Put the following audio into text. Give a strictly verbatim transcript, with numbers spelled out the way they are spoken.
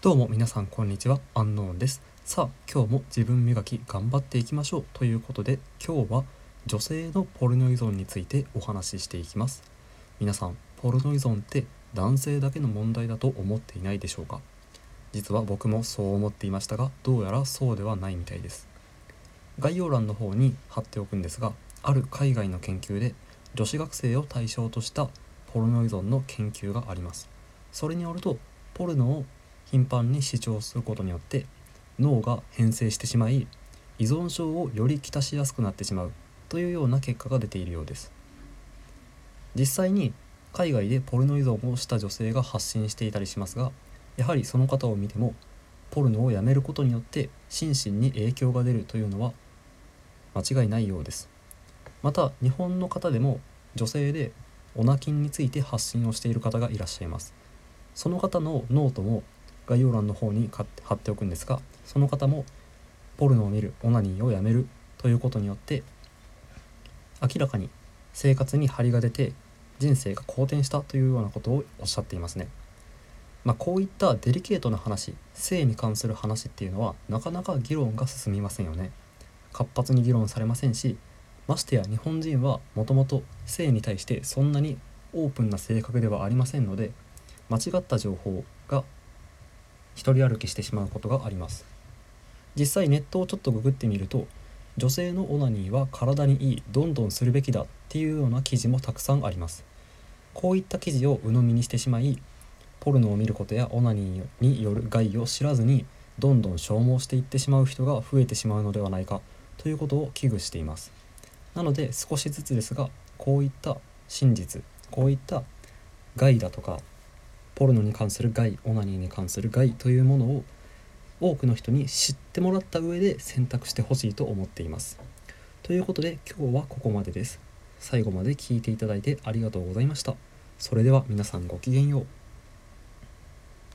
どうも皆さんこんにちは、アンノーンです。さあ今日も自分磨き頑張っていきましょうということで、今日は女性のポルノ依存についてお話ししていきます。皆さんポルノ依存って男性だけの問題だと思っていないでしょうか。実は僕もそう思っていましたが、どうやらそうではないみたいです。概要欄の方に貼っておくんですが、ある海外の研究で女子学生を対象としたポルノ依存の研究があります。それによると、ポルノを頻繁に視聴することによって脳が変性してしまい、依存症をよりきたしやすくなってしまうというような結果が出ているようです。実際に海外でポルノ依存をした女性が発信していたりしますが、やはりその方を見てもポルノをやめることによって心身に影響が出るというのは間違いないようです。また日本の方でも女性でオナキンについて発信をしている方がいらっしゃいます。その方のノートも概要欄の方に貼っておくんですが、その方もポルノを見る、オナニーをやめるということによって明らかに生活に張りが出て人生が好転したというようなことをおっしゃっていますね。まあ、こういったデリケートな話、性に関する話っていうのはなかなか議論が進みませんよね。活発に議論されませんし、ましてや日本人はもともと性に対してそんなにオープンな性格ではありませんので、間違った情報が一人歩きしてしまうことがあります。実際ネットをちょっとググってみると、女性のオナニーは体にいい、どんどんするべきだっていうような記事もたくさんあります。こういった記事を鵜呑みにしてしまい、ポルノを見ることやオナニーによる害を知らずにどんどん消耗していってしまう人が増えてしまうのではないかということを危惧しています。なので少しずつですが、こういった真実、こういった害だとか、ポルノに関する害、オナニーに関する害というものを多くの人に知ってもらった上で選択してほしいと思っています。ということで今日はここまでです。最後まで聞いていただいてありがとうございました。それでは皆さんごきげんよう。